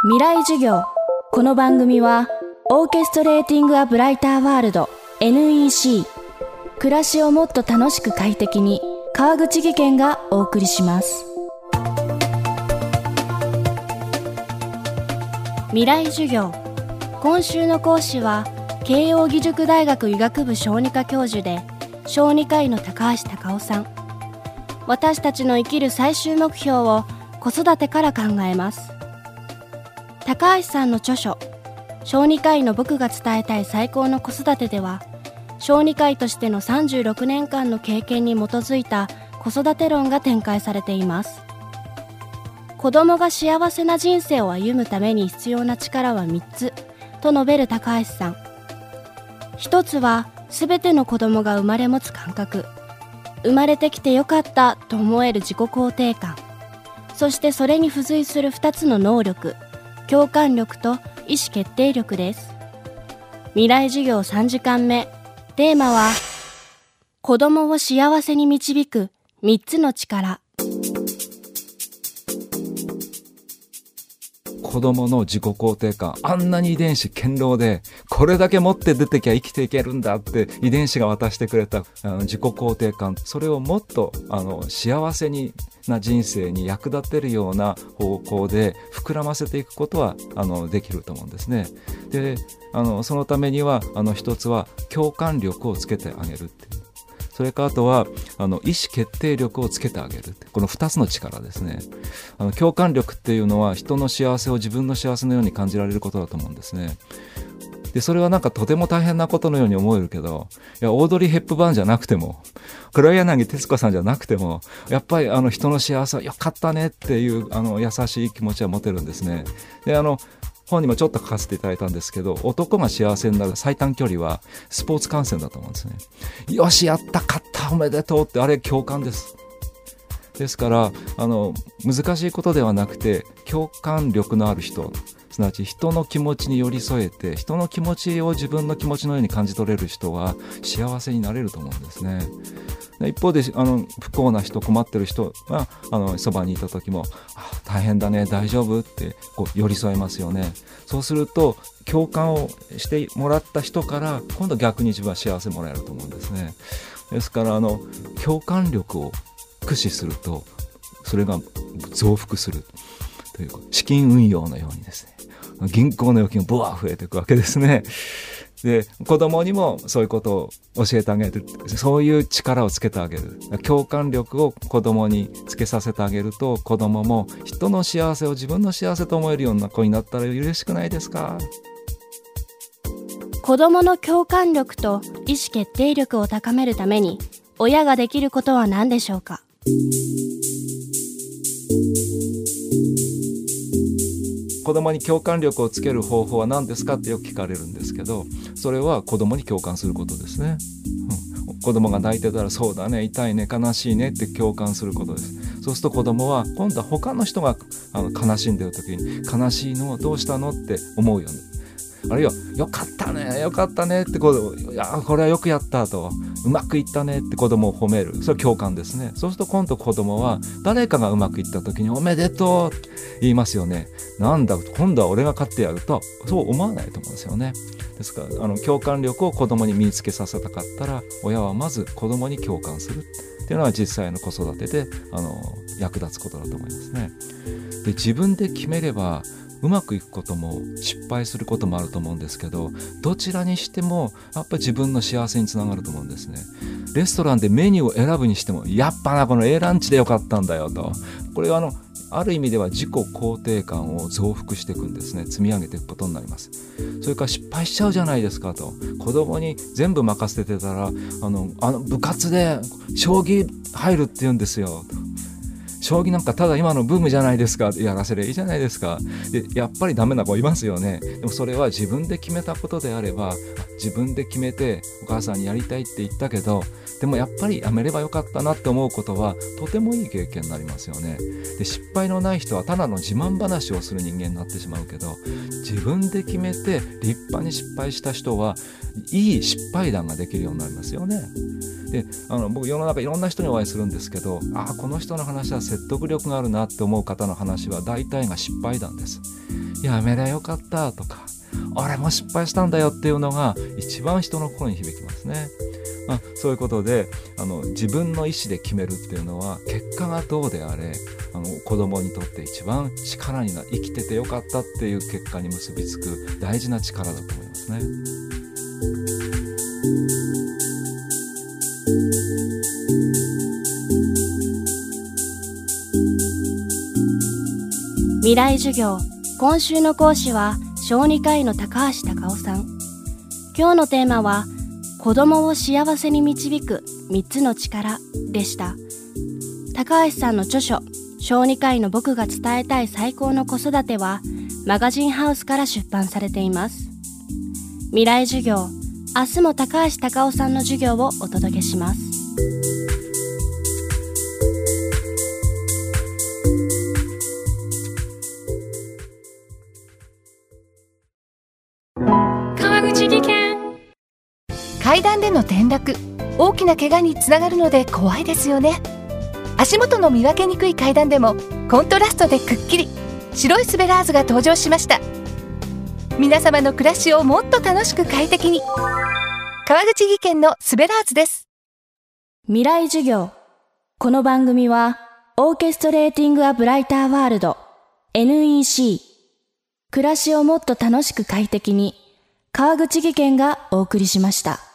未来授業。この番組はオーケストレーティング・ア・ブライター・ワールド NEC 暮らしをもっと楽しく快適に川口義賢がお送りします。未来授業。今週の講師は慶應義塾大学医学部小児科教授で小児科医の高橋隆夫さん。私たちの生きる最終目標を子育てから考えます。高橋さんの著書小児科医の僕が伝えたい最高の子育てでは、小児科医としての36年間の経験に基づいた子育て論が展開されています。子供が幸せな人生を歩むために必要な力は3つと述べる高橋さん。1つはすべての子供が生まれ持つ感覚、生まれてきてよかったと思える自己肯定感、そしてそれに付随する2つの能力、共感力と意思決定力です。未来授業3時間目、テーマは子供を幸せに導く3つの力。 子供の自己肯定感、あんなに遺伝子堅牢でこれだけ持って出てきゃ生きていけるんだって遺伝子が渡してくれた自己肯定感、それをもっと幸せな人生に役立てるような方向で膨らませていくことはできると思うんですね。でそのためには一つは共感力をつけてあげるっていう、それからあとは意思決定力をつけてあげる、この2つの力ですね。共感力っていうのは人の幸せを自分の幸せのように感じられることだと思うんですね。でそれはなんかとても大変なことのように思えるけど、いやオードリー・ヘップバーンじゃなくても黒柳徹子さんじゃなくてもやっぱり人の幸せはよかったねっていう優しい気持ちは持てるんですね。で本にもちょっと書かせていただいたんですけど、男が幸せになる最短距離はスポーツ観戦だと思うんですね。よしやった勝ったおめでとうって、あれ共感です。ですから難しいことではなくて共感力のある人、すなわち人の気持ちに寄り添えて人の気持ちを自分の気持ちのように感じ取れる人は幸せになれると思うんですね。一方で不幸な人、困ってる人がそばにいた時も大変だね大丈夫って寄り添えますよね。そうすると共感をしてもらった人から今度逆に自分は幸せもらえると思うんですね。ですから共感力を駆使するとそれが増幅するというか、資金運用のようにですね、銀行の預金がブワー増えていくわけですね。で子供にもそういうことを教えてあげる、そういう力をつけてあげる、共感力を子供につけさせてあげると、子供も人の幸せを自分の幸せと思えるような子になったら嬉しくないですか？ 子供の共感力と意思決定力を高めるために親ができることは何でしょうか？ 子供に共感力をつける方法は何ですかってよく聞かれるんですけど、それは子供に共感することですね。子供が泣いてたらそうだね、痛いね、悲しいねって共感することです。そうすると子供は今度は他の人が悲しんでる時に悲しいのどうしたのって思うように、あるいはよかったねよかったねっていやこれはよくやったと、うまくいったねって子供を褒める、それは共感ですね。そうすると今度子供は誰かがうまくいった時におめでとうって言いますよね。なんだ今度は俺が勝ってやるとそう思わないと思うんですよね。ですから共感力を子供に身につけさせたかったら、親はまず子供に共感するっていうのが実際の子育てで役立つことだと思いますね。で自分で決めればうまくいくことも失敗することもあると思うんですけど、どちらにしてもやっぱり自分の幸せにつながると思うんですね。レストランでメニューを選ぶにしてもやっぱこの A ランチでよかったんだよと、これはある意味では自己肯定感を増幅していくんですね。積み上げていくことになります。それから失敗しちゃうじゃないですかと、子供に全部任せてたら部活で将棋入るって言うんですよと、将棋なんかただ今のブームじゃないですか、やらせればいいじゃないですか。でやっぱりダメな子いますよね。でもそれは自分で決めたことであれば、自分で決めてお母さんにやりたいって言ったけど、でもやっぱりやめればよかったなって思うことはとてもいい経験になりますよね。で失敗のない人はただの自慢話をする人間になってしまうけど、自分で決めて立派に失敗した人はいい失敗談ができるようになりますよね。で僕世の中いろんな人にお会いするんですけど、この人の話は説得力があるなって思う方の話は大体が失敗談です。やめりゃよかったとか、俺も失敗したんだよっていうのが一番人の心に響きますね。そういうことで自分の意思で決めるっていうのは結果がどうであれ子供にとって一番力になる、生きててよかったっていう結果に結びつく大事な力だと思いますね。 未来授業、今週の講師は小児科医の高橋隆夫さん。今日のテーマは子供を幸せに導く3つの力でした。高橋さんの著書、小児科医の僕が伝えたい最高の子育てはマガジンハウスから出版されています。未来授業、明日も高橋隆夫さんの授業をお届けします。 川口技研。階段での転落、大きな怪我につながるので怖いですよね。足元の見分けにくい階段でもコントラストでくっきり白いスベラーズが登場しました。皆様の暮らしをもっと楽しく快適に、川口技研のスベラーズです。 未来授業、この番組はオーケストレーティングアブライターワールド NEC、 暮らしをもっと楽しく快適に、川口技研がお送りしました。